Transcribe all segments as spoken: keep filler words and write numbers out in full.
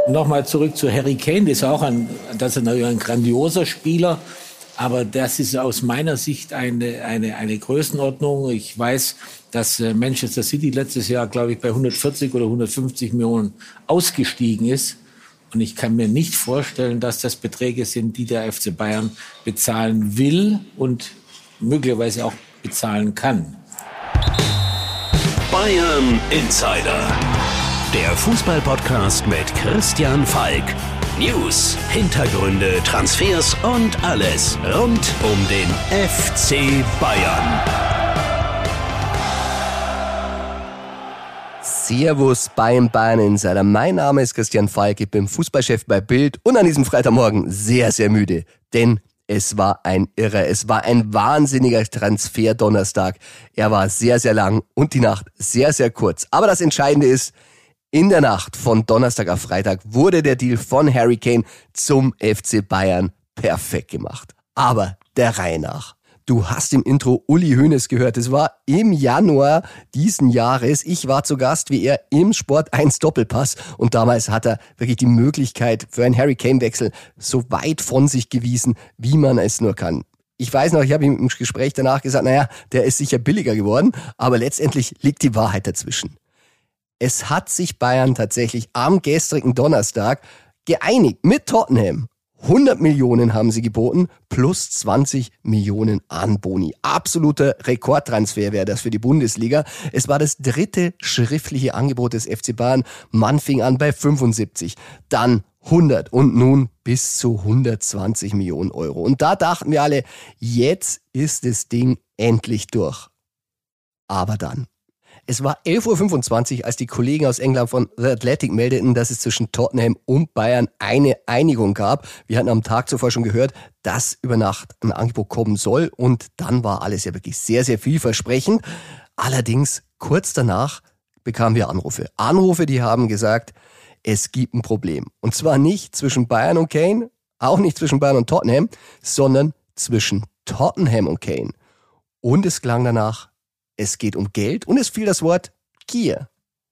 Nochmal zurück zu Harry Kane, das ist auch ein, das ist natürlich ein grandioser Spieler, aber das ist aus meiner Sicht eine, eine, eine Größenordnung. Ich weiß, dass Manchester City letztes Jahr, glaube ich, bei hundertvierzig oder hundertfünfzig Millionen ausgestiegen ist. Und ich kann mir nicht vorstellen, dass das Beträge sind, die der F C Bayern bezahlen will und möglicherweise auch bezahlen kann. Bayern Insider, der Fußball-Podcast mit Christian Falk. News, Hintergründe, Transfers und alles rund um den F C Bayern. Servus beim Bayern Insider. Mein Name ist Christian Falk, ich bin Fußballchef bei Bild und an diesem Freitagmorgen sehr, sehr müde, denn es war ein Irrer, es war ein wahnsinniger Transfer-Donnerstag. Er war sehr, sehr lang und die Nacht sehr, sehr kurz. Aber das Entscheidende ist, in der Nacht von Donnerstag auf Freitag wurde der Deal von Harry Kane zum F C Bayern perfekt gemacht. Aber der Reihe nach. Du hast im Intro Uli Hoeneß gehört. Es war im Januar diesen Jahres. Ich war zu Gast, wie er im Sport eins Doppelpass. Und damals hat er wirklich die Möglichkeit für einen Harry Kane-Wechsel so weit von sich gewiesen, wie man es nur kann. Ich weiß noch, ich habe ihm im Gespräch danach gesagt, naja, der ist sicher billiger geworden. Aber letztendlich liegt die Wahrheit dazwischen. Es hat sich Bayern tatsächlich am gestrigen Donnerstag geeinigt mit Tottenham. hundert Millionen haben sie geboten, plus zwanzig Millionen an Boni. Absoluter Rekordtransfer wäre das für die Bundesliga. Es war das dritte schriftliche Angebot des F C Bayern. Man fing an bei fünfundsiebzig, dann hundert und nun bis zu hundertzwanzig Millionen Euro. Und da dachten wir alle, jetzt ist das Ding endlich durch. Aber dann. Es war elf Uhr fünfundzwanzig, als die Kollegen aus England von The Athletic meldeten, dass es zwischen Tottenham und Bayern eine Einigung gab. Wir hatten am Tag zuvor schon gehört, dass über Nacht ein Angebot kommen soll. Und dann war alles ja wirklich sehr, sehr vielversprechend. Allerdings, kurz danach bekamen wir Anrufe. Anrufe, die haben gesagt, es gibt ein Problem. Und zwar nicht zwischen Bayern und Kane, auch nicht zwischen Bayern und Tottenham, sondern zwischen Tottenham und Kane. Und es klang danach, es geht um Geld und es fiel das Wort Gier.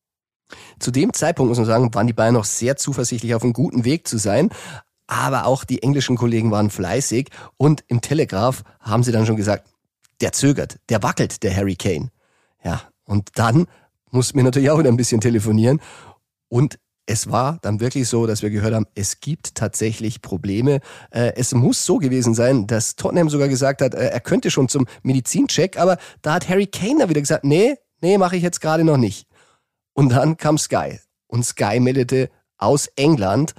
Zu dem Zeitpunkt, muss man sagen, waren die Bayern noch sehr zuversichtlich auf einem guten Weg zu sein. Aber auch die englischen Kollegen waren fleißig und im Telegraph haben sie dann schon gesagt, der zögert, der wackelt, der Harry Kane. Ja, und dann mussten wir natürlich auch wieder ein bisschen telefonieren und es war dann wirklich so, dass wir gehört haben, es gibt tatsächlich Probleme. Es muss so gewesen sein, dass Tottenham sogar gesagt hat, er könnte schon zum Medizincheck, aber da hat Harry Kane dann wieder gesagt, nee, nee, mache ich jetzt gerade noch nicht. Und dann kam Sky und Sky meldete aus England,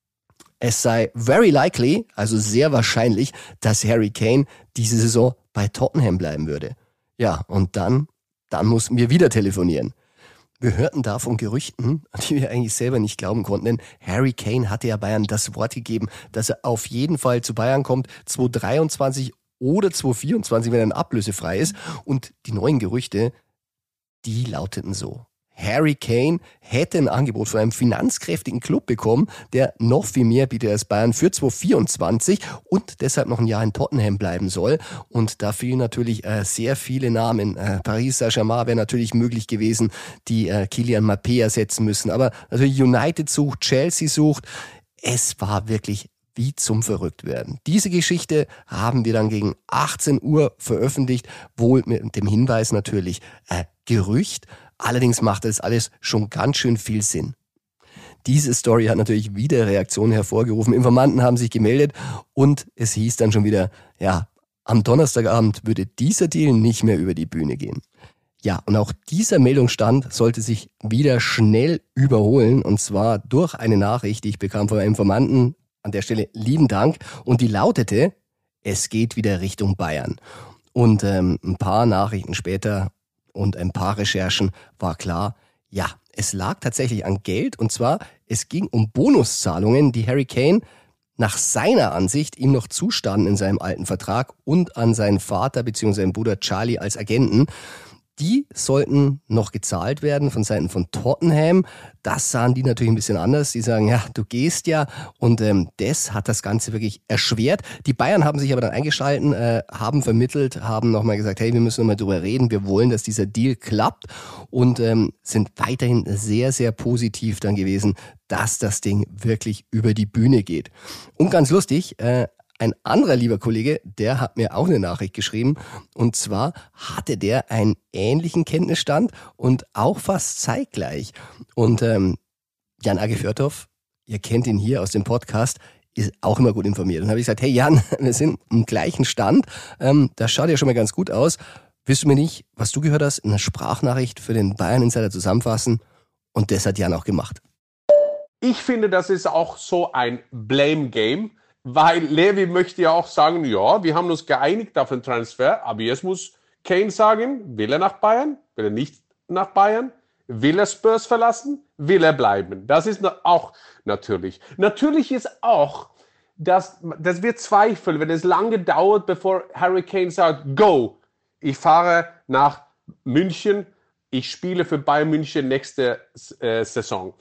es sei very likely, also sehr wahrscheinlich, dass Harry Kane diese Saison bei Tottenham bleiben würde. Ja, und dann, dann mussten wir wieder telefonieren. Wir hörten da von Gerüchten, die wir eigentlich selber nicht glauben konnten, denn Harry Kane hatte ja Bayern das Wort gegeben, dass er auf jeden Fall zu Bayern kommt, zwanzig dreiundzwanzig oder zwanzig vierundzwanzig, wenn er ablösefrei ist. Und die neuen Gerüchte, die lauteten so. Harry Kane hätte ein Angebot von einem finanzkräftigen Club bekommen, der noch viel mehr bietet als Bayern für zwanzig vierundzwanzig und deshalb noch ein Jahr in Tottenham bleiben soll. Und da fielen natürlich äh, sehr viele Namen. Äh, Paris Saint-Germain wäre natürlich möglich gewesen, die äh, Kylian Mbappé ersetzen müssen. Aber natürlich United sucht, Chelsea sucht. Es war wirklich wie zum Verrücktwerden. Diese Geschichte haben wir dann gegen achtzehn Uhr veröffentlicht, wohl mit dem Hinweis natürlich, äh, Gerücht. Allerdings machte das alles schon ganz schön viel Sinn. Diese Story hat natürlich wieder Reaktionen hervorgerufen. Informanten haben sich gemeldet und es hieß dann schon wieder, ja, am Donnerstagabend würde dieser Deal nicht mehr über die Bühne gehen. Ja, und auch dieser Meldungsstand sollte sich wieder schnell überholen und zwar durch eine Nachricht, die ich bekam von einem Informanten. An der Stelle lieben Dank. Und die lautete, es geht wieder Richtung Bayern. Und ähm, ein paar Nachrichten später und ein paar Recherchen war klar, ja, es lag tatsächlich an Geld und zwar, es ging um Bonuszahlungen, die Harry Kane nach seiner Ansicht ihm noch zustanden in seinem alten Vertrag und an seinen Vater bzw. seinen Bruder Charlie als Agenten. Die sollten noch gezahlt werden von Seiten von Tottenham. Das sahen die natürlich ein bisschen anders. Die sagen, ja, du gehst ja. Und ähm, das hat das Ganze wirklich erschwert. Die Bayern haben sich aber dann eingeschalten, äh, haben vermittelt, haben nochmal gesagt, hey, wir müssen nochmal drüber reden. Wir wollen, dass dieser Deal klappt. Und ähm, sind weiterhin sehr, sehr positiv dann gewesen, dass das Ding wirklich über die Bühne geht. Und ganz lustig, äh, ein anderer lieber Kollege, der hat mir auch eine Nachricht geschrieben, und zwar hatte der einen ähnlichen Kenntnisstand und auch fast zeitgleich. Und ähm, Jan Age Fjørtoft, ihr kennt ihn hier aus dem Podcast, ist auch immer gut informiert. Und dann habe ich gesagt, hey Jan, wir sind im gleichen Stand, ähm, das schaut ja schon mal ganz gut aus. Willst du mir nicht, was du gehört hast, in einer Sprachnachricht für den Bayern Insider zusammenfassen? Und das hat Jan auch gemacht. Ich finde, das ist auch so ein Blame-Game. Weil Levy möchte ja auch sagen, ja, wir haben uns geeinigt auf den Transfer, aber jetzt muss Kane sagen, will er nach Bayern, will er nicht nach Bayern, will er Spurs verlassen, will er bleiben. Das ist auch natürlich. Natürlich ist auch, dass, dass wir zweifeln, wenn es lange dauert, bevor Harry Kane sagt, go, ich fahre nach München, ich spiele für Bayern München nächste äh, Saison.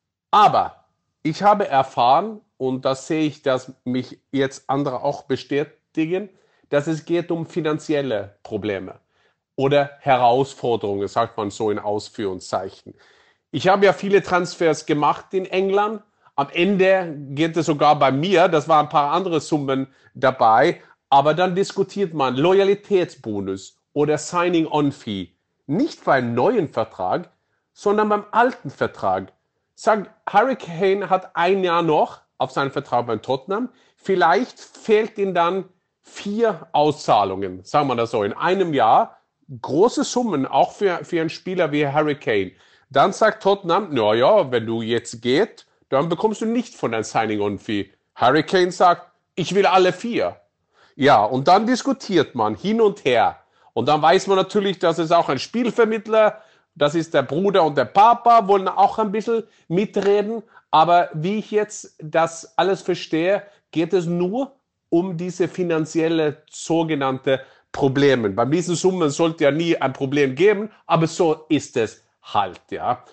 Aber ich habe erfahren, und das sehe ich, dass mich jetzt andere auch bestätigen, dass es geht um finanzielle Probleme oder Herausforderungen, sagt man so in Ausführungszeichen. Ich habe ja viele Transfers gemacht in England. Am Ende geht es sogar bei mir, das waren ein paar andere Summen dabei, aber dann diskutiert man Loyalitätsbonus oder Signing-on-Fee. Nicht für einen neuen Vertrag, sondern beim alten Vertrag. Sagt, Harry Kane hat ein Jahr noch auf seinen Vertrag beim Tottenham. Vielleicht fehlt ihm dann vier Auszahlungen, sagen wir das so, in einem Jahr. Große Summen, auch für, für einen Spieler wie Harry Kane. Dann sagt Tottenham, na ja, wenn du jetzt gehst, dann bekommst du nicht von deinem Signing-on-Fee. Harry Kane sagt, ich will alle vier. Ja, und dann diskutiert man hin und her. Und dann weiß man natürlich, dass es auch ein Spielvermittler, das ist der Bruder und der Papa, wollen auch ein bisschen mitreden. Aber wie ich jetzt das alles verstehe, geht es nur um diese finanzielle sogenannte Probleme. Bei diesen Summen sollte ja nie ein Problem geben, aber so ist es halt, ja.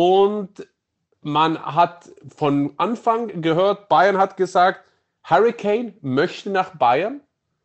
Und man hat von Anfang gehört, Bayern hat gesagt, Harry Kane möchte nach Bayern.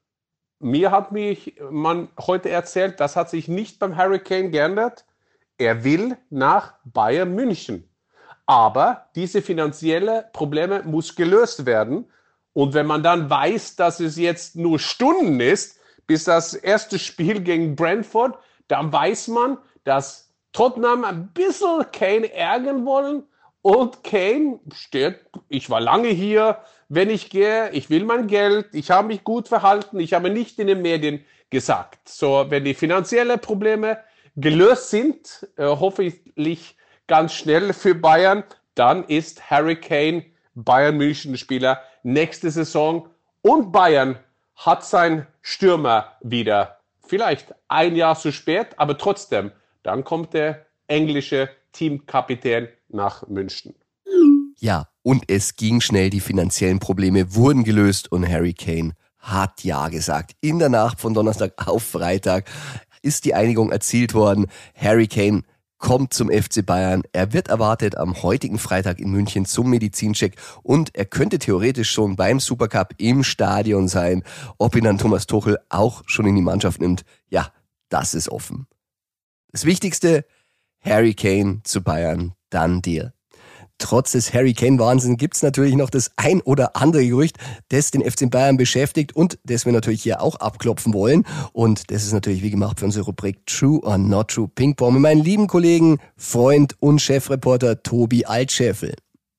Mir hat mich man heute erzählt, das hat sich nicht beim Harry Kane geändert. Er will nach Bayern München. Aber diese finanziellen Probleme muss gelöst werden. Und wenn man dann weiß, dass es jetzt nur Stunden ist, bis das erste Spiel gegen Brentford, dann weiß man, dass Tottenham ein bisschen Kane ärgern wollen. Und Kane steht, ich war lange hier, wenn ich gehe, ich will mein Geld, ich habe mich gut verhalten, ich habe nicht in den Medien gesagt. So, wenn die finanziellen Probleme gelöst sind, äh, hoffentlich ganz schnell für Bayern, dann ist Harry Kane Bayern München Spieler nächste Saison und Bayern hat seinen Stürmer wieder. Vielleicht ein Jahr zu spät, aber trotzdem, dann kommt der englische Teamkapitän nach München. Ja, und es ging schnell, die finanziellen Probleme wurden gelöst und Harry Kane hat ja gesagt. In der Nacht von Donnerstag auf Freitag ist die Einigung erzielt worden. Harry Kane kommt zum F C Bayern. Er wird erwartet am heutigen Freitag in München zum Medizincheck und er könnte theoretisch schon beim Supercup im Stadion sein. Ob ihn dann Thomas Tuchel auch schon in die Mannschaft nimmt, ja, das ist offen. Das Wichtigste, Harry Kane zu Bayern, dann dir. Trotz des Harry Kane-Wahnsinn gibt's natürlich noch das ein oder andere Gerücht, das den F C Bayern beschäftigt und das wir natürlich hier auch abklopfen wollen. Und das ist natürlich wie gemacht für unsere Rubrik True or Not True Ping Pong mit meinem lieben Kollegen, Freund und Chefreporter Tobi Altschäfel.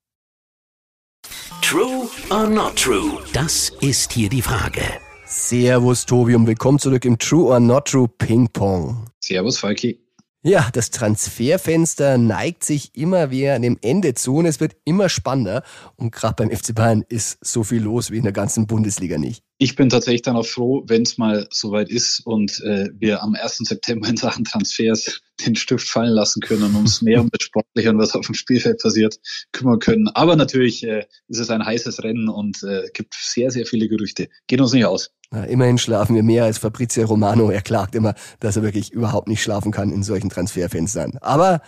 True or Not True? Das ist hier die Frage. Servus Tobi und willkommen zurück im True or Not True Ping Pong. Servus Falki. Ja, das Transferfenster neigt sich immer mehr dem Ende zu und es wird immer spannender. Und gerade beim F C Bayern ist so viel los wie in der ganzen Bundesliga nicht. Ich bin tatsächlich dann auch froh, wenn es mal soweit ist und äh, wir am ersten September in Sachen Transfers den Stift fallen lassen können und uns mehr um das Sportliche und was auf dem Spielfeld passiert kümmern können. Aber natürlich äh, ist es ein heißes Rennen und äh, gibt sehr, sehr viele Gerüchte. Geht uns nicht aus. Na, immerhin schlafen wir mehr als Fabrizio Romano. Er klagt immer, dass er wirklich überhaupt nicht schlafen kann in solchen Transferfenstern. Aber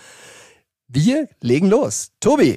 wir legen los. Tobi,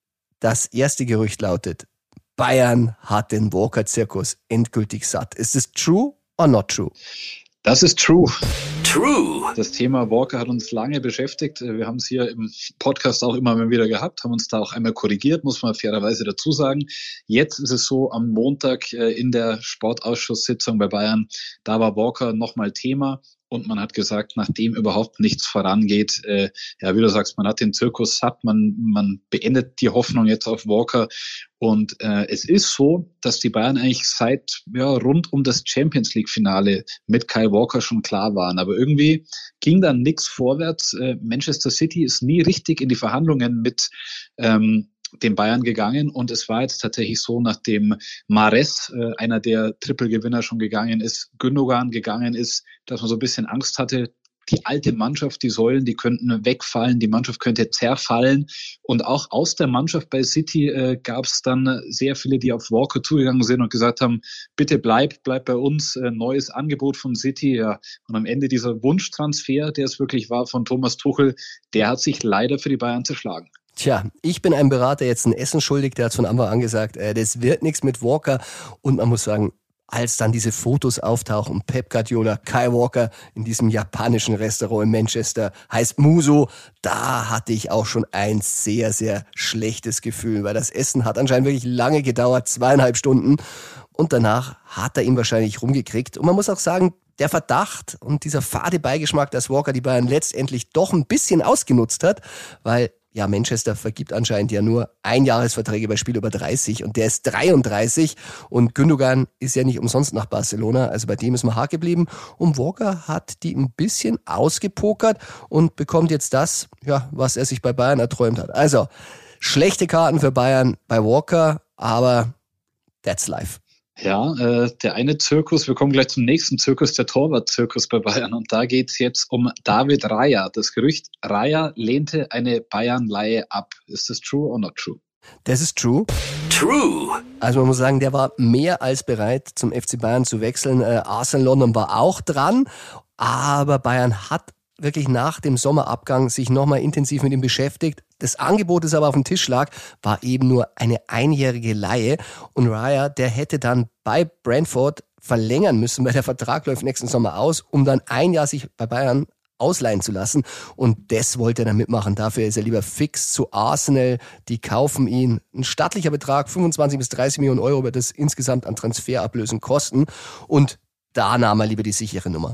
das erste Gerücht lautet, Bayern hat den Walker-Zirkus endgültig satt. Ist es true or not true? Das ist true. True. Das Thema Walker hat uns lange beschäftigt. Wir haben es hier im Podcast auch immer mal wieder gehabt, haben uns da auch einmal korrigiert, muss man fairerweise dazu sagen. Jetzt ist es so, am Montag in der Sportausschusssitzung bei Bayern, da war Walker nochmal Thema. Und man hat gesagt, nachdem überhaupt nichts vorangeht, äh, ja, wie du sagst, man hat den Zirkus satt, man, man beendet die Hoffnung jetzt auf Walker. Und äh, es ist so, dass die Bayern eigentlich seit ja, rund um das Champions-League-Finale mit Kyle Walker schon klar waren. Aber irgendwie ging dann nichts vorwärts. Äh, Manchester City ist nie richtig in die Verhandlungen mit ähm, den Bayern gegangen und es war jetzt tatsächlich so, nachdem Mahrez, äh, einer der Triple-Gewinner, schon gegangen ist, Gündogan gegangen ist, dass man so ein bisschen Angst hatte, die alte Mannschaft, die Säulen, die könnten wegfallen, die Mannschaft könnte zerfallen und auch aus der Mannschaft bei City äh, gab es dann sehr viele, die auf Walker zugegangen sind und gesagt haben, bitte bleib, bleib bei uns, äh, neues Angebot von City, ja. Und am Ende dieser Wunschtransfer, der es wirklich war von Thomas Tuchel, der hat sich leider für die Bayern zerschlagen. Tja, ich bin einem Berater jetzt ein Essen schuldig, der hat von Anfang an gesagt, äh, das wird nichts mit Walker. Und man muss sagen, als dann diese Fotos auftauchen, Pep Guardiola, Kyle Walker in diesem japanischen Restaurant in Manchester, heißt Muso, da hatte ich auch schon ein sehr, sehr schlechtes Gefühl, weil das Essen hat anscheinend wirklich lange gedauert, zweieinhalb Stunden. Und danach hat er ihn wahrscheinlich rumgekriegt. Und man muss auch sagen, der Verdacht und dieser fade Beigeschmack, dass Walker die Bayern letztendlich doch ein bisschen ausgenutzt hat, weil ja, Manchester vergibt anscheinend ja nur Einjahresverträge bei Spiel über dreißig und der ist dreiunddreißig und Gündogan ist ja nicht umsonst nach Barcelona, also bei dem ist man hart geblieben und Walker hat die ein bisschen ausgepokert und bekommt jetzt das, ja, was er sich bei Bayern erträumt hat. Also, schlechte Karten für Bayern bei Walker, aber that's life. Ja, äh, der eine Zirkus, wir kommen gleich zum nächsten Zirkus, der Torwart-Zirkus bei Bayern. Und da geht's jetzt um David Raya. Das Gerücht, Raya lehnte eine Bayern-Leihe ab. Ist das true or not true? Das ist true. True. Also man muss sagen, der war mehr als bereit, zum F C Bayern zu wechseln. Äh, Arsenal London war auch dran, aber Bayern hat wirklich nach dem Sommerabgang sich nochmal intensiv mit ihm beschäftigt. Das Angebot, das aber auf dem Tisch lag, war eben nur eine einjährige Leihe. Und Raya, der hätte dann bei Brentford verlängern müssen, weil der Vertrag läuft nächsten Sommer aus, um dann ein Jahr sich bei Bayern ausleihen zu lassen. Und das wollte er dann mitmachen. Dafür ist er lieber fix zu Arsenal. Die kaufen ihn. Ein stattlicher Betrag, fünfundzwanzig bis dreißig Millionen Euro wird das insgesamt an Transferablösen kosten. Und da nahm er lieber die sichere Nummer.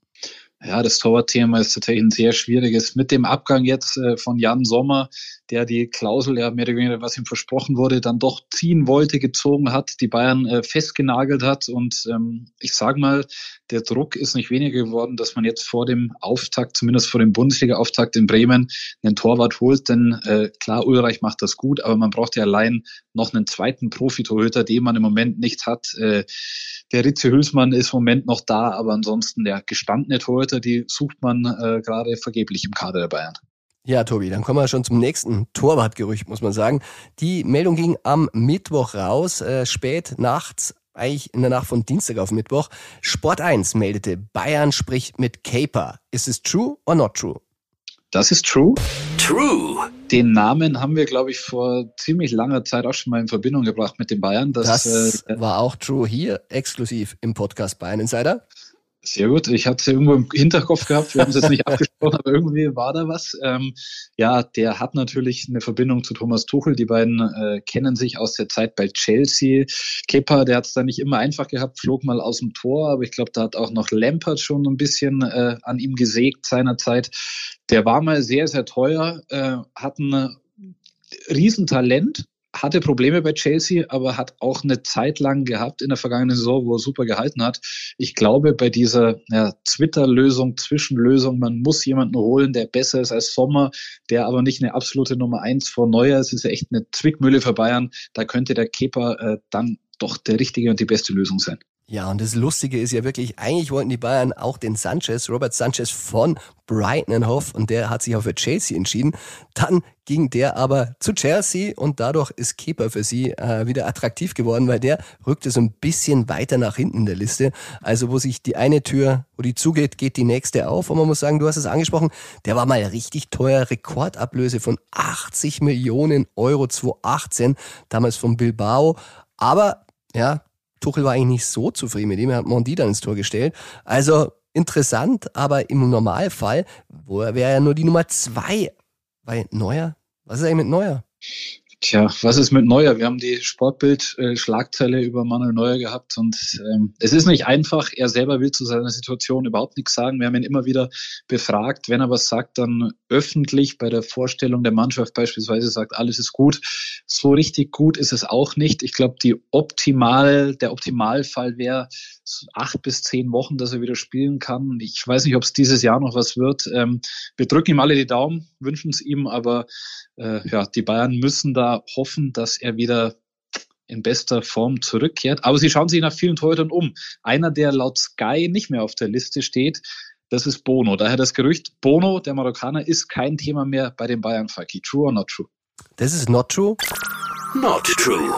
Ja, das Torwartthema ist tatsächlich ein sehr schwieriges. Mit dem Abgang jetzt äh, von Jan Sommer, der die Klausel, ja mehr oder weniger, was ihm versprochen wurde, dann doch ziehen wollte, gezogen hat, die Bayern äh, festgenagelt hat. Und ähm, ich sage mal, der Druck ist nicht weniger geworden, dass man jetzt vor dem Auftakt, zumindest vor dem Bundesliga-Auftakt in Bremen, einen Torwart holt. Denn äh, klar, Ulreich macht das gut, aber man braucht ja allein noch einen zweiten Profitorhüter, den man im Moment nicht hat. Äh, der Ritze Hülsmann ist im Moment noch da, aber ansonsten der gestandene Torhüter, die sucht man äh, gerade vergeblich im Kader der Bayern. Ja, Tobi, dann kommen wir schon zum nächsten Torwartgerücht, muss man sagen. Die Meldung ging am Mittwoch raus, äh, spät nachts, eigentlich in der Nacht von Dienstag auf Mittwoch. Sport eins meldete, Bayern spricht mit Kepa. Ist es true or not true? Das ist true. True. Den Namen haben wir, glaube ich, vor ziemlich langer Zeit auch schon mal in Verbindung gebracht mit den Bayern. Das, das äh, war auch true hier, exklusiv im Podcast Bayern Insider. Sehr gut. Ich hatte es irgendwo im Hinterkopf gehabt. Wir haben es jetzt nicht abgesprochen, aber irgendwie war da was. Ähm, ja, der hat natürlich eine Verbindung zu Thomas Tuchel. Die beiden äh, kennen sich aus der Zeit bei Chelsea. Kepa, der hat es da nicht immer einfach gehabt, flog mal aus dem Tor, aber ich glaube, da hat auch noch Lampard schon ein bisschen äh, an ihm gesägt seinerzeit. Der war mal sehr, sehr teuer, äh, hat ein Riesentalent, hatte Probleme bei Chelsea, aber hat auch eine Zeit lang gehabt in der vergangenen Saison, wo er super gehalten hat. Ich glaube, bei dieser ja, Twitter-Lösung, Zwischenlösung, man muss jemanden holen, der besser ist als Sommer, der aber nicht eine absolute Nummer eins vor Neuer ist. Es ist ja echt eine Zwickmühle für Bayern. Da könnte der Kepa äh, dann doch der richtige und die beste Lösung sein. Ja, und das Lustige ist ja wirklich, eigentlich wollten die Bayern auch den Sanchez, Robert Sanchez von Brighton and Hove, und der hat sich auch für Chelsea entschieden. Dann ging der aber zu Chelsea und dadurch ist Kepa für sie äh, wieder attraktiv geworden, weil der rückte so ein bisschen weiter nach hinten in der Liste. Also wo sich die eine Tür, wo die zugeht, geht die nächste auf. Und man muss sagen, du hast es angesprochen, der war mal richtig teuer, Rekordablöse von achtzig Millionen Euro zweitausendachtzehn, damals von Bilbao. Aber ja, Tuchel war eigentlich nicht so zufrieden mit ihm, er hat Mondi dann ins Tor gestellt. Also interessant, aber im Normalfall wäre er nur die Nummer zwei. Weil Neuer, was ist eigentlich mit Neuer? Tja, was ist mit Neuer? Wir haben die Sportbild-Schlagzeile über Manuel Neuer gehabt und ähm, es ist nicht einfach. Er selber will zu seiner Situation überhaupt nichts sagen. Wir haben ihn immer wieder befragt. Wenn er was sagt, dann öffentlich bei der Vorstellung der Mannschaft beispielsweise sagt, alles ist gut. So richtig gut ist es auch nicht. Ich glaube, die optimal, der Optimalfall wäre acht bis zehn Wochen, dass er wieder spielen kann. Ich weiß nicht, ob es dieses Jahr noch was wird. Ähm, wir drücken ihm alle die Daumen, wünschen es ihm, aber äh, ja, die Bayern müssen da hoffen, dass er wieder in bester Form zurückkehrt. Aber sie schauen sich nach vielen Torhütern um. Einer, der laut Sky nicht mehr auf der Liste steht, das ist Bono. Daher das Gerücht, Bono, der Marokkaner, ist kein Thema mehr bei den Bayern, Falki. True or not true? Das ist not true? Not true.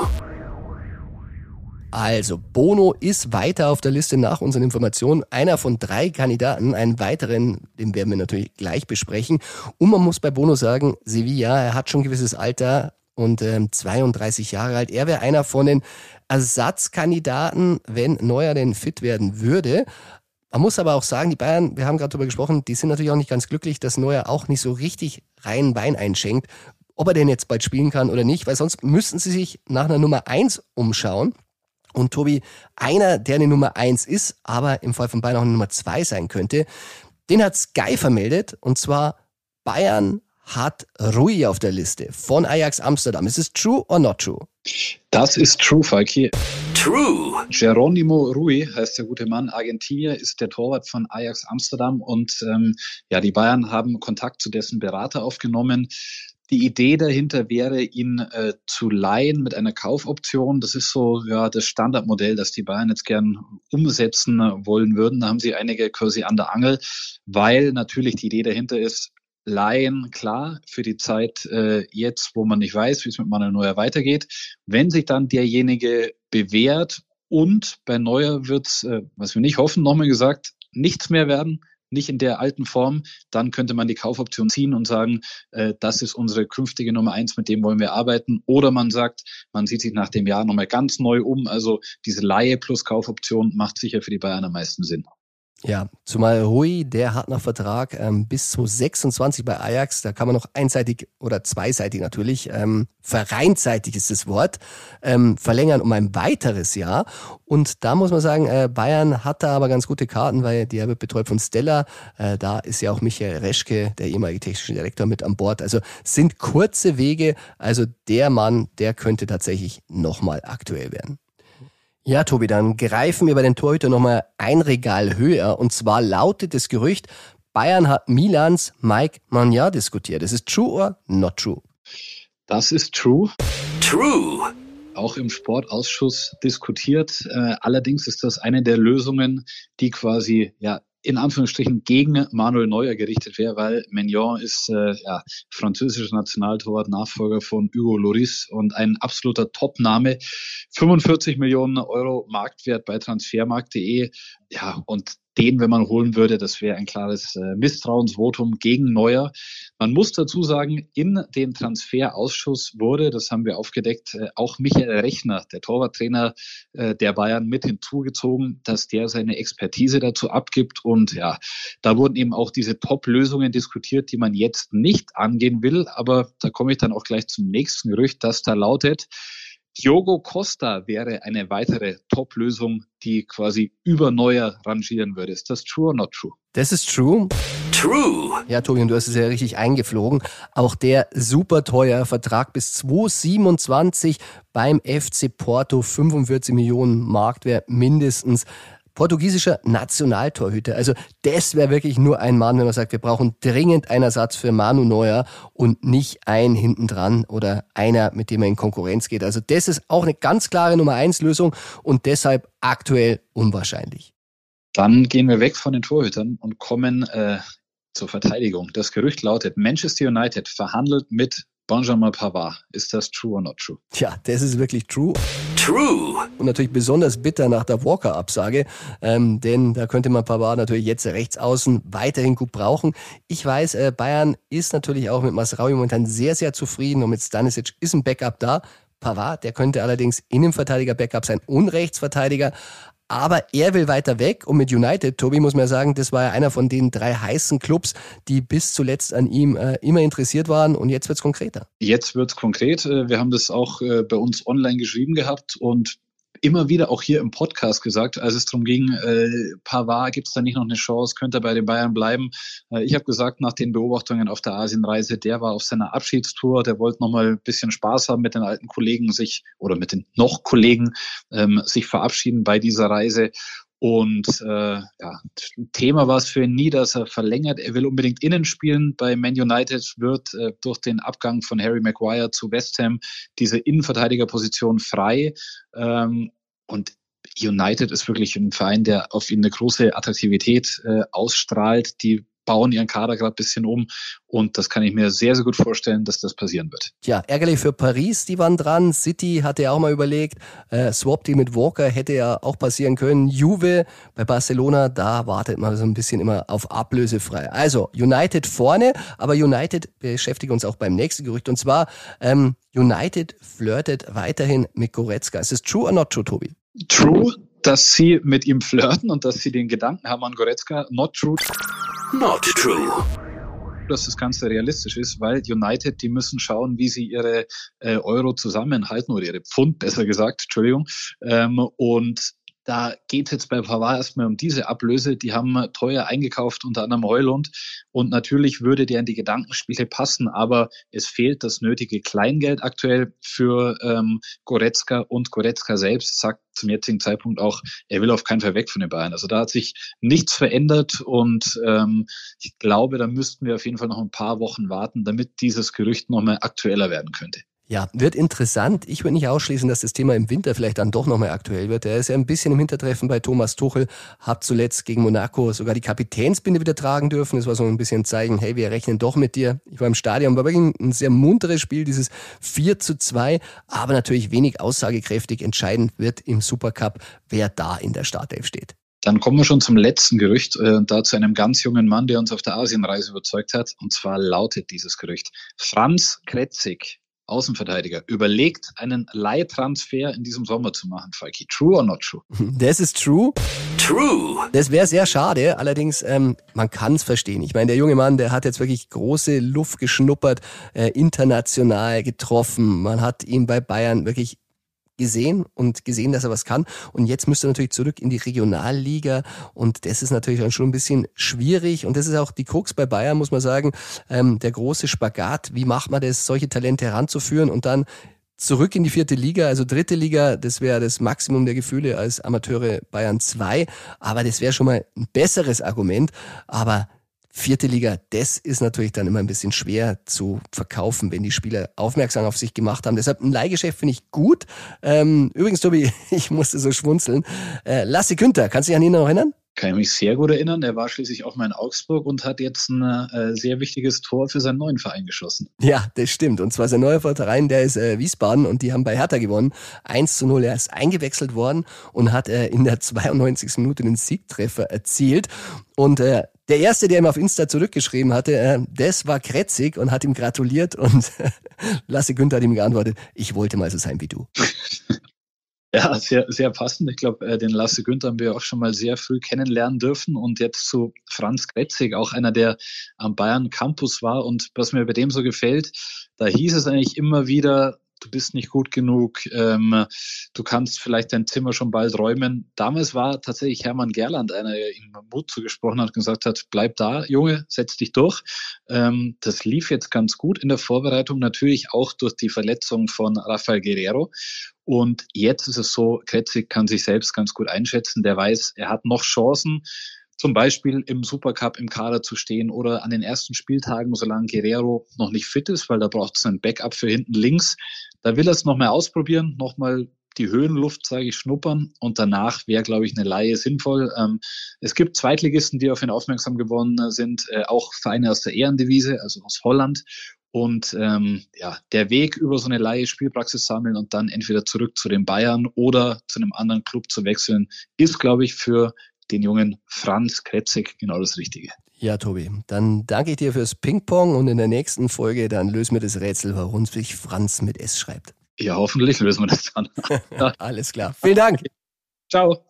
Also, Bono ist weiter auf der Liste nach unseren Informationen. Einer von drei Kandidaten, einen weiteren, den werden wir natürlich gleich besprechen. Und man muss bei Bono sagen, Sevilla, er hat schon ein gewisses Alter und ähm, zweiunddreißig Jahre alt. Er wäre einer von den Ersatzkandidaten, wenn Neuer denn fit werden würde. Man muss aber auch sagen, die Bayern, wir haben gerade darüber gesprochen, die sind natürlich auch nicht ganz glücklich, dass Neuer auch nicht so richtig reinen Wein einschenkt. Ob er denn jetzt bald spielen kann oder nicht, weil sonst müssten sie sich nach einer Nummer eins umschauen. Und Tobi, einer, der eine Nummer eins ist, aber im Fall von Bayern auch eine Nummer zwei sein könnte, den hat Sky vermeldet. Und zwar Bayern hat Rui auf der Liste von Ajax Amsterdam. Ist es true or not true? Das ist true, Falki. True. Geronimo Rui heißt der gute Mann. Argentinier, ist der Torwart von Ajax Amsterdam. Und ähm, ja, die Bayern haben Kontakt zu dessen Berater aufgenommen. Die Idee dahinter wäre, ihn äh, zu leihen mit einer Kaufoption. Das ist so ja das Standardmodell, das die Bayern jetzt gern umsetzen wollen würden. Da haben sie einige quasi an der Angel, weil natürlich die Idee dahinter ist, leihen, klar, für die Zeit äh, jetzt, wo man nicht weiß, wie es mit Manuel Neuer weitergeht. Wenn sich dann derjenige bewährt und bei Neuer wird es, äh, was wir nicht hoffen, nochmal gesagt, nichts mehr werden, nicht in der alten Form, dann könnte man die Kaufoption ziehen und sagen, äh, das ist unsere künftige Nummer eins, mit dem wollen wir arbeiten. Oder man sagt, man sieht sich nach dem Jahr nochmal ganz neu um. Also diese Leihe plus Kaufoption macht sicher für die Bayern am meisten Sinn. Ja, zumal Rui, der hat noch Vertrag ähm, bis zu sechsundzwanzig bei Ajax. Da kann man noch einseitig oder zweiseitig natürlich, ähm, vereinseitig ist das Wort, ähm, verlängern um ein weiteres Jahr. Und da muss man sagen, äh, Bayern hat da aber ganz gute Karten, weil der wird betreut von Stella. Äh, da ist ja auch Michael Reschke, der ehemalige technische Direktor, mit an Bord. Also sind kurze Wege. Also der Mann, der könnte tatsächlich nochmal aktuell werden. Ja, Tobi, dann greifen wir bei den Torhütern nochmal ein Regal höher. Und zwar lautet das Gerücht, Bayern hat Milans Mike Maignan diskutiert. Ist es true or not true? Das ist true. True. Auch im Sportausschuss diskutiert. Äh, allerdings ist das eine der Lösungen, die quasi ja in Anführungsstrichen gegen Manuel Neuer gerichtet wäre, weil Maignan ist äh, ja, französischer Nationaltorwart, Nachfolger von Hugo Lloris und ein absoluter Top-Name. fünfundvierzig Millionen Euro Marktwert bei transfermarkt punkt de. Ja, und den, wenn man holen würde, das wäre ein klares äh, Misstrauensvotum gegen Neuer. Man muss dazu sagen, in den Transferausschuss wurde, das haben wir aufgedeckt, äh, auch Michael Rechner, der Torwarttrainer äh, der Bayern, mit hinzugezogen, dass der seine Expertise dazu abgibt. Und ja, da wurden eben auch diese Top-Lösungen diskutiert, die man jetzt nicht angehen will. Aber da komme ich dann auch gleich zum nächsten Gerücht, das da lautet, Diogo Costa wäre eine weitere Top-Lösung, die quasi über Neuer rangieren würde. Ist das true or not true? Das ist true. True. Ja, Tobi, und du hast es ja richtig eingeflogen. Auch der super teuer Vertrag bis zweitausendsiebenundzwanzig beim F C Porto, fünfundvierzig Millionen Marktwert mindestens. portugiesischer Nationaltorhüter. Also das wäre wirklich nur ein Mann, wenn man sagt, wir brauchen dringend einen Ersatz für Manu Neuer und nicht einen hintendran oder einer, mit dem er in Konkurrenz geht. Also das ist auch eine ganz klare Nummer eins Lösung und deshalb aktuell unwahrscheinlich. Dann gehen wir weg von den Torhütern und kommen äh, zur Verteidigung. Das Gerücht lautet, Manchester United verhandelt mit Benjamin Pavard. Ist das true or not true? Tja, das ist wirklich true. True. Und natürlich besonders bitter nach der Walker-Absage, ähm, denn da könnte man Pavard natürlich jetzt rechts außen weiterhin gut brauchen. Ich weiß, äh, Bayern ist natürlich auch mit Mazraoui momentan sehr, sehr zufrieden und mit Stanisic ist ein Backup da. Pavard, der könnte allerdings Innenverteidiger-Backup sein und Rechtsverteidiger. Aber er will weiter weg und mit United, Tobi, muss man sagen, das war ja einer von den drei heißen Clubs, die bis zuletzt an ihm äh, immer interessiert waren und jetzt wird's konkreter. Jetzt wird's konkret. Wir haben das auch äh, bei uns online geschrieben gehabt und immer wieder auch hier im Podcast gesagt, als es darum ging, äh, Pavard, gibt es da nicht noch eine Chance, könnte er bei den Bayern bleiben? Äh, ich habe gesagt, nach den Beobachtungen auf der Asienreise, der war auf seiner Abschiedstour, der wollte nochmal ein bisschen Spaß haben mit den alten Kollegen sich oder mit den noch Kollegen ähm, sich verabschieden bei dieser Reise. Und äh, ja, Thema war es für ihn nie, dass er verlängert. Er will unbedingt innen spielen. Bei Man United wird äh, durch den Abgang von Harry Maguire zu West Ham diese Innenverteidigerposition frei. Ähm, und United ist wirklich ein Verein, der auf ihn eine große Attraktivität äh, ausstrahlt. Die bauen ihren Kader gerade ein bisschen um und das kann ich mir sehr, sehr gut vorstellen, dass das passieren wird. Ja, ärgerlich für Paris, die waren dran. City hatte ja auch mal überlegt, äh, Swap-Deal mit Walker hätte ja auch passieren können. Juve bei Barcelona, da wartet man so ein bisschen immer auf ablösefrei. Also United vorne, aber United beschäftigt uns auch beim nächsten Gerücht und zwar ähm, United flirtet weiterhin mit Goretzka. Ist es true or not true, Tobi? True, dass sie mit ihm flirten und dass sie den Gedanken haben an Goretzka. Not true. Not true. Dass das Ganze realistisch ist, weil United, die müssen schauen, wie sie ihre äh, Euro zusammenhalten oder ihre Pfund, besser gesagt, Entschuldigung. Ähm, und da geht es jetzt bei Pavard erstmal um diese Ablöse. Die haben teuer eingekauft, unter anderem Heulund. Und natürlich würde der in die Gedankenspiele passen, aber es fehlt das nötige Kleingeld aktuell für ähm, Goretzka. Und Goretzka selbst sagt zum jetzigen Zeitpunkt auch, er will auf keinen Fall weg von den Bayern. Also da hat sich nichts verändert und ähm, ich glaube, da müssten wir auf jeden Fall noch ein paar Wochen warten, damit dieses Gerücht nochmal aktueller werden könnte. Ja, wird interessant. Ich würde nicht ausschließen, dass das Thema im Winter vielleicht dann doch nochmal aktuell wird. Er ist ja ein bisschen im Hintertreffen bei Thomas Tuchel, hat zuletzt gegen Monaco sogar die Kapitänsbinde wieder tragen dürfen. Das war so ein bisschen ein Zeichen, hey, wir rechnen doch mit dir. Ich war im Stadion, war wirklich ein sehr munteres Spiel, dieses vier zu zwei, aber natürlich wenig aussagekräftig. Entscheidend wird im Supercup, wer da in der Startelf steht. Dann kommen wir schon zum letzten Gerücht und äh, da zu einem ganz jungen Mann, der uns auf der Asienreise überzeugt hat. Und zwar lautet dieses Gerücht: Franz Kretzig, Außenverteidiger, überlegt, einen Leihtransfer in diesem Sommer zu machen, Falki. True or not true? Das ist true. True. Das wäre sehr schade, allerdings ähm, man kann es verstehen. Ich meine, der junge Mann, der hat jetzt wirklich große Luft geschnuppert, äh, international getroffen. Man hat ihn bei Bayern wirklich gesehen und gesehen, dass er was kann. Und jetzt müsste er natürlich zurück in die Regionalliga und das ist natürlich dann schon ein bisschen schwierig und das ist auch die Krux bei Bayern, muss man sagen, ähm, der große Spagat. Wie macht man das, solche Talente heranzuführen und dann zurück in die vierte Liga, also dritte Liga, das wäre das Maximum der Gefühle als Amateure Bayern zwei, aber das wäre schon mal ein besseres Argument, aber vierte Liga, das ist natürlich dann immer ein bisschen schwer zu verkaufen, wenn die Spieler aufmerksam auf sich gemacht haben. Deshalb ein Leihgeschäft finde ich gut. Ähm, übrigens, Tobi, ich musste so schmunzeln. Äh, Lasse Günther, kannst du dich an ihn noch erinnern? Kann ich mich sehr gut erinnern. Er war schließlich auch mal in Augsburg und hat jetzt ein äh, sehr wichtiges Tor für seinen neuen Verein geschossen. Ja, das stimmt. Und zwar sein neuer Verein, der ist äh, Wiesbaden und die haben bei Hertha gewonnen. eins zu null. Er ist eingewechselt worden und hat äh, in der zweiundneunzigsten Minute den Siegtreffer erzielt. Und äh, der Erste, der ihm auf Insta zurückgeschrieben hatte, äh, das war Kretzig und hat ihm gratuliert und Lasse Günther hat ihm geantwortet, ich wollte mal so sein wie du. Ja, sehr, sehr passend. Ich glaube, den Lasse Günther haben wir auch schon mal sehr früh kennenlernen dürfen und jetzt zu Franz Kretzig, auch einer, der am Bayern Campus war und was mir bei dem so gefällt, da hieß es eigentlich immer wieder, du bist nicht gut genug, ähm, du kannst vielleicht dein Zimmer schon bald räumen. Damals war tatsächlich Hermann Gerland einer, der ihm Mut zugesprochen hat und gesagt hat, bleib da, Junge, setz dich durch. Ähm, das lief jetzt ganz gut in der Vorbereitung, natürlich auch durch die Verletzung von Rafael Guerreiro. Und jetzt ist es so, Kretzig kann sich selbst ganz gut einschätzen, der weiß, er hat noch Chancen, zum Beispiel im Supercup im Kader zu stehen oder an den ersten Spieltagen, solange Guerreiro noch nicht fit ist, weil da braucht es ein Backup für hinten links. Da will er es nochmal ausprobieren, nochmal die Höhenluft, sage ich, schnuppern und danach wäre, glaube ich, eine Leihe sinnvoll. Ähm, es gibt Zweitligisten, die auf ihn aufmerksam geworden sind, äh, auch Vereine aus der Ehrendivise, also aus Holland. Und ähm, ja, der Weg über so eine Leihe Spielpraxis sammeln und dann entweder zurück zu den Bayern oder zu einem anderen Club zu wechseln, ist, glaube ich, für den jungen Franz Kretzig genau das Richtige. Ja, Tobi, dann danke ich dir fürs Ping-Pong und in der nächsten Folge dann lösen wir das Rätsel, warum sich Franz mit S schreibt. Ja, hoffentlich lösen wir das dann. Alles klar. Vielen Dank. Okay. Ciao.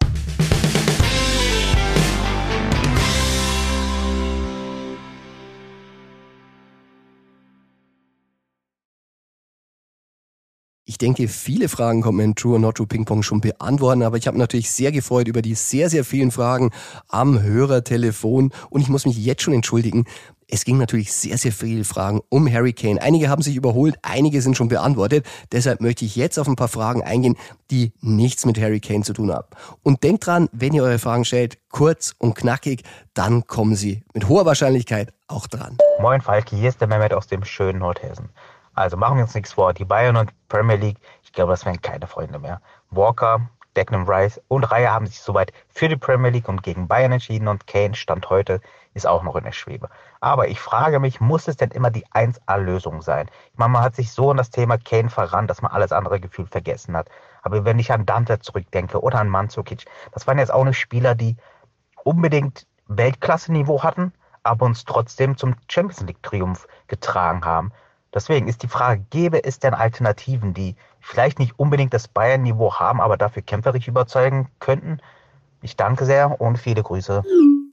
Ich denke, viele Fragen konnten wir in True or Not True Ping Pong schon beantworten, aber ich habe natürlich sehr gefreut über die sehr, sehr vielen Fragen am Hörertelefon und ich muss mich jetzt schon entschuldigen. Es ging natürlich sehr, sehr viele Fragen um Harry Kane. Einige haben sich überholt, einige sind schon beantwortet. Deshalb möchte ich jetzt auf ein paar Fragen eingehen, die nichts mit Harry Kane zu tun haben. Und denkt dran, wenn ihr eure Fragen stellt, kurz und knackig, dann kommen sie mit hoher Wahrscheinlichkeit auch dran. Moin Falki, hier ist der Mehmet aus dem schönen Nordhessen. Also machen wir uns nichts vor, die Bayern und Premier League, ich glaube, das wären keine Freunde mehr. Walker, Declan Rice und Raya haben sich soweit für die Premier League und gegen Bayern entschieden und Kane, Stand heute, ist auch noch in der Schwebe. Aber ich frage mich, muss es denn immer die eins A-Lösung sein? Ich meine, man hat sich so in das Thema Kane verrannt, dass man alles andere gefühlt vergessen hat. Aber wenn ich an Dante zurückdenke oder an Mandzukic, das waren jetzt auch nicht Spieler, die unbedingt Weltklasse-Niveau hatten, aber uns trotzdem zum Champions-League-Triumph getragen haben. Deswegen ist die Frage, gäbe es denn Alternativen, die vielleicht nicht unbedingt das Bayern-Niveau haben, aber dafür kämpferisch überzeugen könnten? Ich danke sehr und viele Grüße.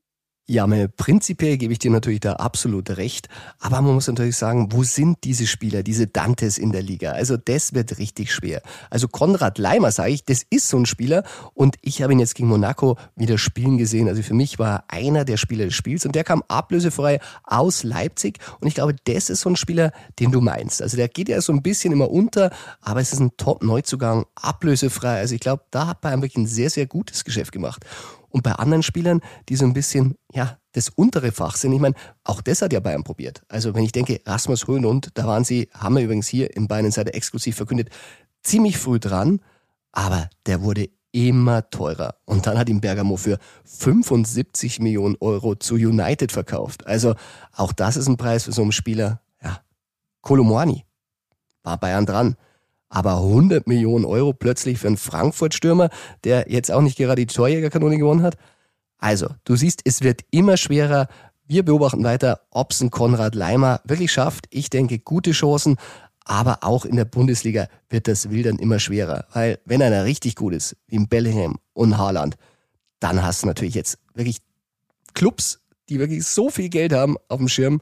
Ja, prinzipiell gebe ich dir natürlich da absolut recht, aber man muss natürlich sagen, wo sind diese Spieler, diese Dantes in der Liga? Also das wird richtig schwer. Also Konrad Laimer, sage ich, das ist so ein Spieler und ich habe ihn jetzt gegen Monaco wieder spielen gesehen. Also für mich war er einer der Spieler des Spiels und der kam ablösefrei aus Leipzig und ich glaube, das ist so ein Spieler, den du meinst. Also der geht ja so ein bisschen immer unter, aber es ist ein Top-Neuzugang, ablösefrei. Also ich glaube, da hat Bayern wirklich ein sehr, sehr gutes Geschäft gemacht. Und bei anderen Spielern, die so ein bisschen, ja, das untere Fach sind, ich meine, auch das hat ja Bayern probiert. Also wenn ich denke, Rasmus Højlund, da waren sie, haben wir übrigens hier in Bayern Insider exklusiv verkündet, ziemlich früh dran, aber der wurde immer teurer. Und dann hat ihn Bergamo für fünfundsiebzig Millionen Euro zu United verkauft. Also auch das ist ein Preis für so einen Spieler. Ja, Kolo Muani war Bayern dran. Aber hundert Millionen Euro plötzlich für einen Frankfurt-Stürmer, der jetzt auch nicht gerade die Torjägerkanone gewonnen hat. Also, du siehst, es wird immer schwerer. Wir beobachten weiter, ob es ein Konrad Laimer wirklich schafft. Ich denke, gute Chancen. Aber auch in der Bundesliga wird das Wildern immer schwerer. Weil wenn einer richtig gut ist, wie in Bellingham und Haaland, dann hast du natürlich jetzt wirklich Clubs, die wirklich so viel Geld haben auf dem Schirm.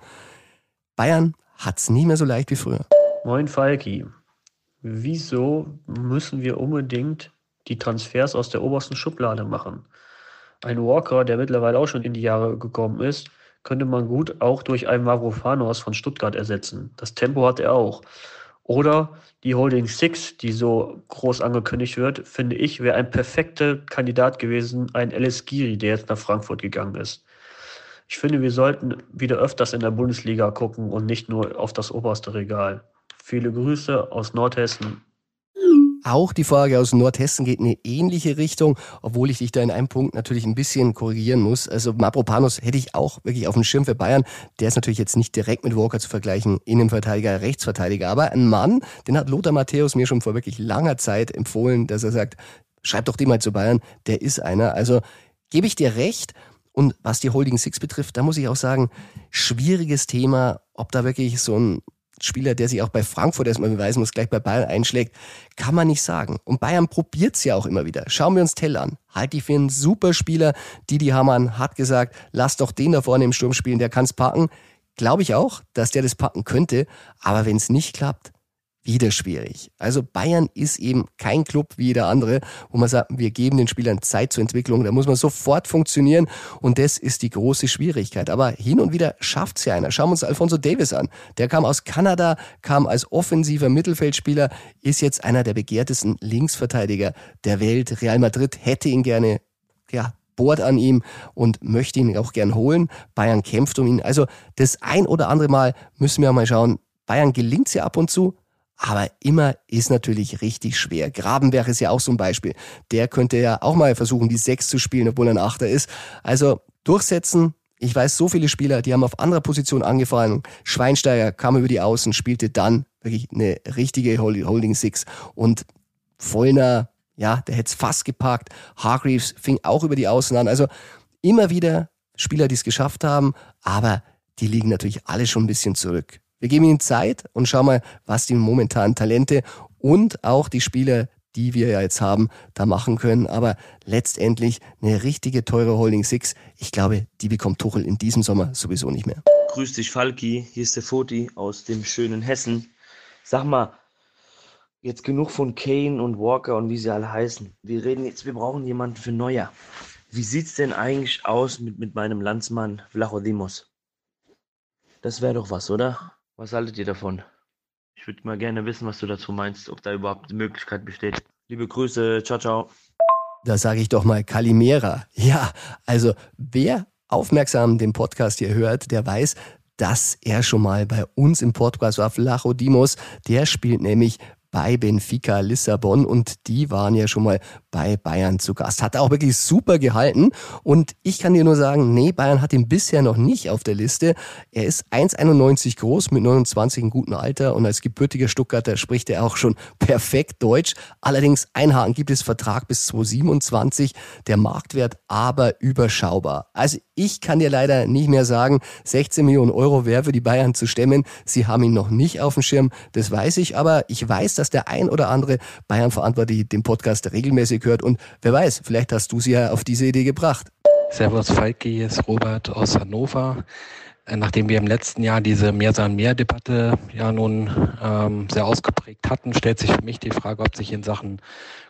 Bayern hat's nie mehr so leicht wie früher. Moin Falki. Wieso müssen wir unbedingt die Transfers aus der obersten Schublade machen? Ein Walker, der mittlerweile auch schon in die Jahre gekommen ist, könnte man gut auch durch einen Mavropanos von Stuttgart ersetzen. Das Tempo hat er auch. Oder die Holding Six, die so groß angekündigt wird, finde ich, wäre ein perfekter Kandidat gewesen, ein El Esgiri, der jetzt nach Frankfurt gegangen ist. Ich finde, wir sollten wieder öfters in der Bundesliga gucken und nicht nur auf das oberste Regal. Viele Grüße aus Nordhessen. Auch die Frage aus Nordhessen geht in eine ähnliche Richtung, obwohl ich dich da in einem Punkt natürlich ein bisschen korrigieren muss. Also Mavropanos hätte ich auch wirklich auf dem Schirm für Bayern. Der ist natürlich jetzt nicht direkt mit Walker zu vergleichen, Innenverteidiger, Rechtsverteidiger, aber ein Mann, den hat Lothar Matthäus mir schon vor wirklich langer Zeit empfohlen, dass er sagt, schreib doch den mal zu Bayern, der ist einer. Also gebe ich dir recht. Und was die Holding Six betrifft, da muss ich auch sagen, schwieriges Thema, ob da wirklich so ein Spieler, der sich auch bei Frankfurt erstmal beweisen muss, gleich bei Bayern einschlägt, kann man nicht sagen. Und Bayern probiert's ja auch immer wieder. Schauen wir uns Tell an. Halte ich für einen super Spieler. Didi Hamann hat gesagt, lass doch den da vorne im Sturm spielen, der kann's packen. Glaube ich auch, dass der das packen könnte. Aber wenn es nicht klappt, wieder schwierig. Also Bayern ist eben kein Club wie jeder andere, wo man sagt, wir geben den Spielern Zeit zur Entwicklung, da muss man sofort funktionieren und das ist die große Schwierigkeit. Aber hin und wieder schafft's ja einer. Schauen wir uns Alphonso Davies an. Der kam aus Kanada, kam als offensiver Mittelfeldspieler, ist jetzt einer der begehrtesten Linksverteidiger der Welt. Real Madrid hätte ihn gerne, ja, bohrt an ihm und möchte ihn auch gern holen. Bayern kämpft um ihn. Also das ein oder andere Mal müssen wir mal schauen, Bayern gelingt's ja ab und zu, aber immer ist natürlich richtig schwer. Grabenberg ist ja auch so ein Beispiel. Der könnte ja auch mal versuchen, die Sechs zu spielen, obwohl er ein Achter ist. Also durchsetzen. Ich weiß, so viele Spieler, die haben auf anderer Position angefangen. Schweinsteiger kam über die Außen, spielte dann wirklich eine richtige Holding Six. Und Vollner, ja, der hätte es fast gepackt. Hargreaves fing auch über die Außen an. Also immer wieder Spieler, die es geschafft haben, aber die liegen natürlich alle schon ein bisschen zurück. Wir geben ihnen Zeit und schauen mal, was die momentanen Talente und auch die Spieler, die wir ja jetzt haben, da machen können. Aber letztendlich eine richtige teure Holding Six, ich glaube, die bekommt Tuchel in diesem Sommer sowieso nicht mehr. Grüß dich, Falki. Hier ist der Foti aus dem schönen Hessen. Sag mal, jetzt genug von Kane und Walker und wie sie alle heißen. Wir reden jetzt, wir brauchen jemanden für Neuer. Wie sieht's denn eigentlich aus mit, mit meinem Landsmann Vlachodimos? Das wäre doch was, oder? Was haltet ihr davon? Ich würde mal gerne wissen, was du dazu meinst, ob da überhaupt eine Möglichkeit besteht. Liebe Grüße, ciao, ciao. Da sage ich doch mal Kalimera. Ja, also wer aufmerksam den Podcast hier hört, der weiß, dass er schon mal bei uns im Podcast war. Vlachodimos, der spielt nämlich bei Benfica Lissabon und die waren ja schon mal bei Bayern zu Gast. Hat auch wirklich super gehalten und ich kann dir nur sagen, nee, Bayern hat ihn bisher noch nicht auf der Liste. Er ist eins Komma einundneunzig groß, mit neunundzwanzig in gutem Alter und als gebürtiger Stuttgarter spricht er auch schon perfekt Deutsch. Allerdings ein Haken gibt es, Vertrag bis zweitausendsiebenundzwanzig, der Marktwert aber überschaubar. Also ich kann dir leider nicht mehr sagen, sechzehn Millionen Euro wäre für die Bayern zu stemmen. Sie haben ihn noch nicht auf dem Schirm, das weiß ich, aber ich weiß, dass der ein oder andere Bayern-Verantwortliche den Podcast regelmäßig hört und wer weiß, vielleicht hast du sie ja auf diese Idee gebracht. Servus Falki, hier ist Robert aus Hannover. Nachdem wir im letzten Jahr diese Mehr-Sein-Mehr-Debatte ja nun ähm, sehr ausgeprägt hatten, stellt sich für mich die Frage, ob sich in Sachen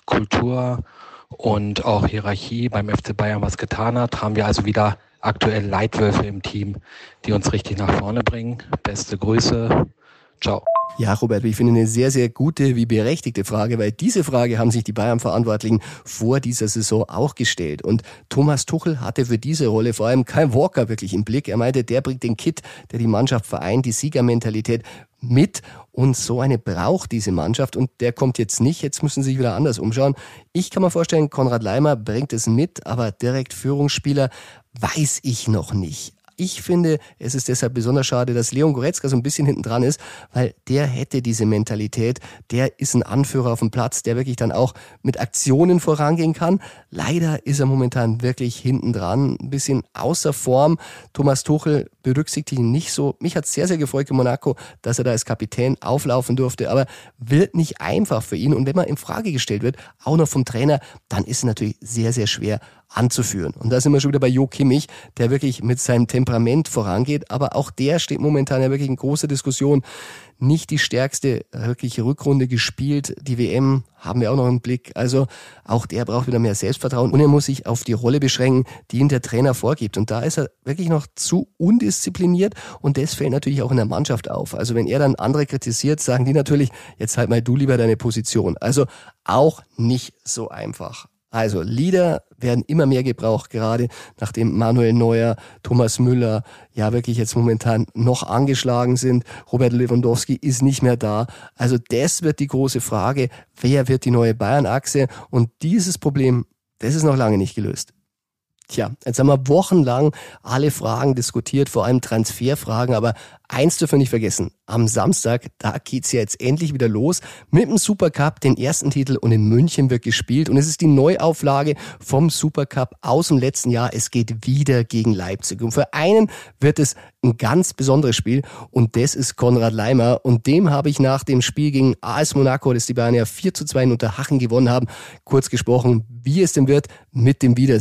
Kultur und auch Hierarchie beim F C Bayern was getan hat. Haben wir also wieder aktuell Leitwölfe im Team, die uns richtig nach vorne bringen. Beste Grüße. Ciao. Ja, Robert, ich finde eine sehr, sehr gute wie berechtigte Frage, weil diese Frage haben sich die Bayern-Verantwortlichen vor dieser Saison auch gestellt. Und Thomas Tuchel hatte für diese Rolle vor allem Kyle Walker wirklich im Blick. Er meinte, der bringt den Kit, der die Mannschaft vereint, die Siegermentalität mit und so eine braucht diese Mannschaft und der kommt jetzt nicht, jetzt müssen sie sich wieder anders umschauen. Ich kann mir vorstellen, Konrad Laimer bringt es mit, aber direkt Führungsspieler weiß ich noch nicht. Ich finde, es ist deshalb besonders schade, dass Leon Goretzka so ein bisschen hinten dran ist, weil der hätte diese Mentalität, der ist ein Anführer auf dem Platz, der wirklich dann auch mit Aktionen vorangehen kann. Leider ist er momentan wirklich hinten dran, ein bisschen außer Form. Thomas Tuchel berücksichtigt ihn nicht so. Mich hat sehr, sehr gefreut in Monaco, dass er da als Kapitän auflaufen durfte, aber wird nicht einfach für ihn. Und wenn man in Frage gestellt wird, auch noch vom Trainer, dann ist es natürlich sehr, sehr schwer anzuführen. Und da sind wir schon wieder bei Jo Kimmich, der wirklich mit seinem Temperament vorangeht, aber auch der steht momentan ja wirklich in großer Diskussion. Nicht die stärkste wirkliche Rückrunde gespielt. Die W M haben wir auch noch im Blick. Also auch der braucht wieder mehr Selbstvertrauen und er muss sich auf die Rolle beschränken, die ihm der Trainer vorgibt. Und da ist er wirklich noch zu undiszipliniert und das fällt natürlich auch in der Mannschaft auf. Also wenn er dann andere kritisiert, sagen die natürlich, jetzt halt mal du lieber deine Position. Also auch nicht so einfach. Also Leader werden immer mehr gebraucht, gerade nachdem Manuel Neuer, Thomas Müller ja wirklich jetzt momentan noch angeschlagen sind. Robert Lewandowski ist nicht mehr da. Also das wird die große Frage, wer wird die neue Bayern-Achse? Und dieses Problem, das ist noch lange nicht gelöst. Tja, jetzt haben wir wochenlang alle Fragen diskutiert, vor allem Transferfragen, aber eins dürfen wir nicht vergessen, am Samstag, da geht's ja jetzt endlich wieder los mit dem Supercup, den ersten Titel und in München wird gespielt und es ist die Neuauflage vom Supercup aus dem letzten Jahr, es geht wieder gegen Leipzig und für einen wird es ein ganz besonderes Spiel und das ist Konrad Laimer und dem habe ich nach dem Spiel gegen A S Monaco, das die Bayern ja vier zu zwei in Unterhaching gewonnen haben, kurz gesprochen, wie es denn wird mit dem Wiedersehen.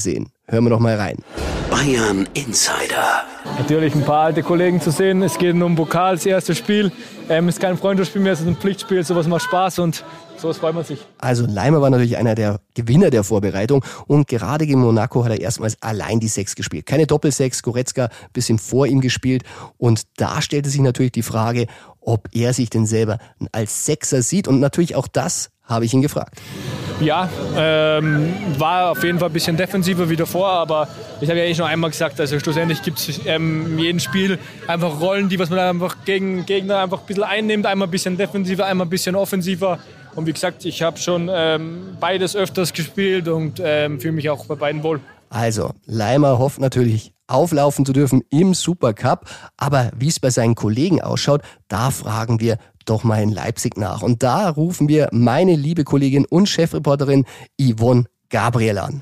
Hören wir doch mal rein. Bayern Insider. Natürlich ein paar alte Kollegen zu sehen. Es geht um Pokal, das erste Spiel. Ähm, es ist kein Freundschaftsspiel mehr, es ist ein Pflichtspiel. Sowas macht Spaß und sowas freut man sich. Also Leimer war natürlich einer der Gewinner der Vorbereitung und gerade gegen Monaco hat er erstmals allein die Sechs gespielt. Keine Doppelsechs, Goretzka ein bisschen vor ihm gespielt und da stellte sich natürlich die Frage, ob er sich denn selber als Sechser sieht und natürlich auch das habe ich ihn gefragt. Ja, ähm, war auf jeden Fall ein bisschen defensiver wie davor, aber ich habe ja eh schon einmal gesagt, also schlussendlich gibt es ähm, in jedem Spiel einfach Rollen, die was man einfach gegen Gegner einfach ein bisschen einnimmt, einmal ein bisschen defensiver, einmal ein bisschen offensiver. Und wie gesagt, ich habe schon ähm, beides öfters gespielt und ähm, fühle mich auch bei beiden wohl. Also, Leimer hofft natürlich, auflaufen zu dürfen im Supercup, aber wie es bei seinen Kollegen ausschaut, da fragen wir doch mal in Leipzig nach. Und da rufen wir meine liebe Kollegin und Chefreporterin Yvonne Gabriel an.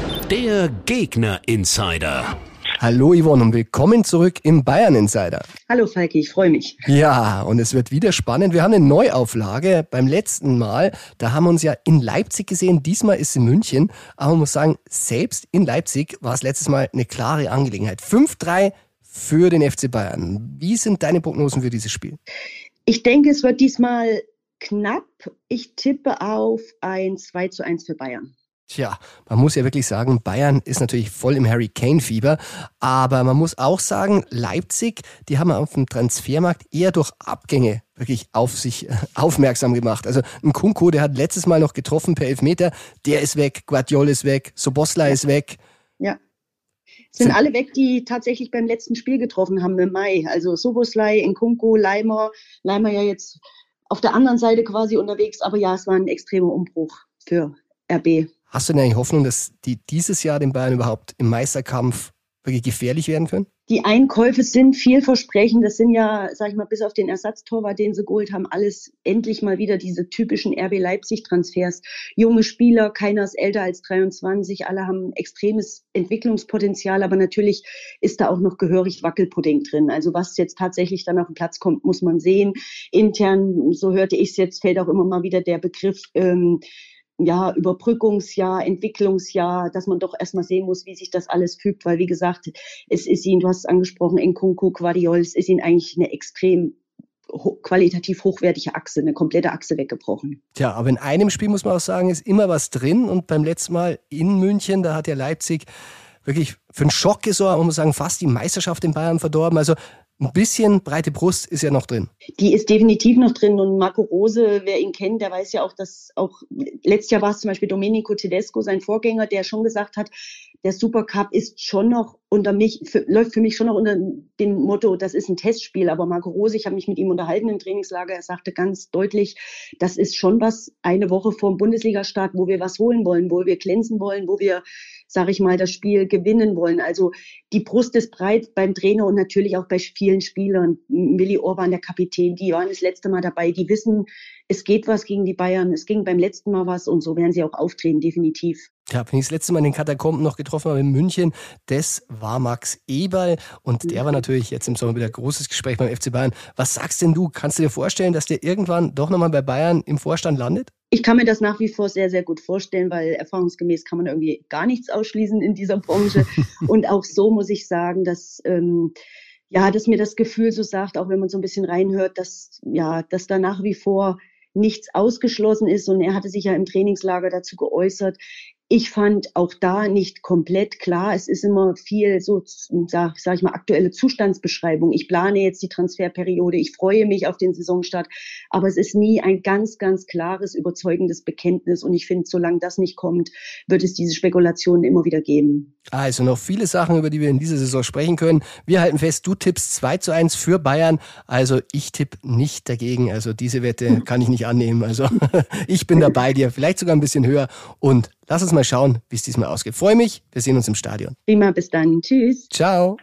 Der Gegner-Insider. Hallo Yvonne und willkommen zurück im Bayern Insider. Hallo Falki, ich freue mich. Ja, und es wird wieder spannend. Wir haben eine Neuauflage. Beim letzten Mal, da haben wir uns ja in Leipzig gesehen. Diesmal ist es in München. Aber man muss sagen, selbst in Leipzig war es letztes Mal eine klare Angelegenheit. fünf drei für den F C Bayern. Wie sind deine Prognosen für dieses Spiel? Ich denke, es wird diesmal knapp. Ich tippe auf ein zwei zu eins für Bayern. Tja, man muss ja wirklich sagen, Bayern ist natürlich voll im Harry Kane-Fieber, aber man muss auch sagen, Leipzig, die haben auf dem Transfermarkt eher durch Abgänge wirklich auf sich äh, aufmerksam gemacht. Also Nkunku, der hat letztes Mal noch getroffen per Elfmeter, der ist weg, Guardiola ist weg, Szoboszlai ja. ist weg. Ja, sind, sind alle weg, die tatsächlich beim letzten Spiel getroffen haben im Mai. Also Szoboszlai, Nkunku, Leimer, Leimer ja jetzt auf der anderen Seite quasi unterwegs, aber ja, es war ein extremer Umbruch für R B. Hast du denn eigentlich Hoffnung, dass die dieses Jahr den Bayern überhaupt im Meisterkampf wirklich gefährlich werden können? Die Einkäufe sind vielversprechend. Das sind ja, sag ich mal, bis auf den Ersatztorwart, den sie geholt haben, alles endlich mal wieder diese typischen R B Leipzig-Transfers. Junge Spieler, keiner ist älter als dreiundzwanzig, alle haben extremes Entwicklungspotenzial, aber natürlich ist da auch noch gehörig Wackelpudding drin. Also was jetzt tatsächlich dann auf den Platz kommt, muss man sehen. Intern, so hörte ich es jetzt, fällt auch immer mal wieder der Begriff ähm, ja, Überbrückungsjahr, Entwicklungsjahr, dass man doch erstmal sehen muss, wie sich das alles fügt, weil wie gesagt, es ist ihnen, du hast es angesprochen, Nkunku, Guardiola, es ist ihnen eigentlich eine extrem ho- qualitativ hochwertige Achse, eine komplette Achse weggebrochen. Tja, aber in einem Spiel muss man auch sagen, ist immer was drin und beim letzten Mal in München, da hat ja Leipzig wirklich für einen Schock gesorgt, man muss sagen, fast die Meisterschaft in Bayern verdorben, also ein bisschen breite Brust ist ja noch drin. Die ist definitiv noch drin und Marco Rose, wer ihn kennt, der weiß ja auch, dass auch letztes Jahr war es zum Beispiel Domenico Tedesco, sein Vorgänger, der schon gesagt hat, der Supercup ist schon noch unter mich, für, läuft für mich schon noch unter dem Motto, das ist ein Testspiel. Aber Marco Rose, ich habe mich mit ihm unterhalten im Trainingslager, er sagte ganz deutlich, das ist schon was eine Woche vor dem Bundesliga-Start, wo wir was holen wollen, wo wir glänzen wollen, wo wir, sage ich mal, das Spiel gewinnen wollen. Also die Brust ist breit beim Trainer und natürlich auch bei vielen Spielern. Willi Orban, der Kapitän, die waren das letzte Mal dabei, die wissen, es geht was gegen die Bayern, es ging beim letzten Mal was und so werden sie auch auftreten, definitiv. Ja, wenn ich das letzte Mal in den Katakomben noch getroffen habe in München, das war Max Eberl und der war natürlich jetzt im Sommer wieder ein großes Gespräch beim F C Bayern. Was sagst denn du? Kannst du dir vorstellen, dass der irgendwann doch nochmal bei Bayern im Vorstand landet? Ich kann mir das nach wie vor sehr, sehr gut vorstellen, weil erfahrungsgemäß kann man irgendwie gar nichts ausschließen in dieser Branche. Und auch so muss ich sagen, dass, ähm, ja, dass mir das Gefühl so sagt, auch wenn man so ein bisschen reinhört, dass, ja, dass da nach wie vor nichts ausgeschlossen ist. Und er hatte sich ja im Trainingslager dazu geäußert. Ich fand auch da nicht komplett klar. Es ist immer viel so, sag, sag ich mal, aktuelle Zustandsbeschreibung. Ich plane jetzt die Transferperiode. Ich freue mich auf den Saisonstart. Aber es ist nie ein ganz, ganz klares, überzeugendes Bekenntnis. Und ich finde, solange das nicht kommt, wird es diese Spekulationen immer wieder geben. Also noch viele Sachen, über die wir in dieser Saison sprechen können. Wir halten fest, du tippst zwei zu eins für Bayern. Also ich tippe nicht dagegen. Also diese Wette kann ich nicht annehmen. Also ich bin dabei dir, vielleicht sogar ein bisschen höher. Und lass uns mal schauen, wie es diesmal ausgeht. Freue mich, wir sehen uns im Stadion. Prima, bis dann. Tschüss. Ciao.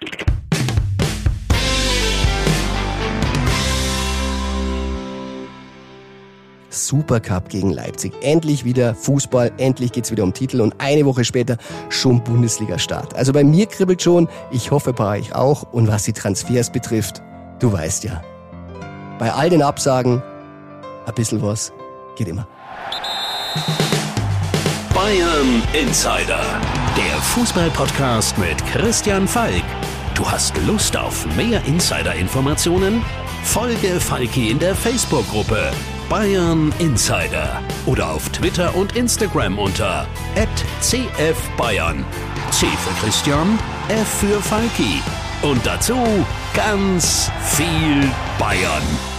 Supercup gegen Leipzig. Endlich wieder Fußball, endlich geht's wieder um Titel und eine Woche später schon Bundesliga-Start. Also bei mir kribbelt schon, ich hoffe bei euch auch. Und was die Transfers betrifft, du weißt ja, bei all den Absagen, ein bisschen was geht immer. Bayern Insider, Der Fußball-Podcast mit Christian Falk. Du hast Lust auf mehr Insider-Informationen? Folge Falki in der Facebook-Gruppe Bayern Insider oder auf Twitter und Instagram unter at c f bayern. C für Christian, F für Falki. Und dazu ganz viel Bayern.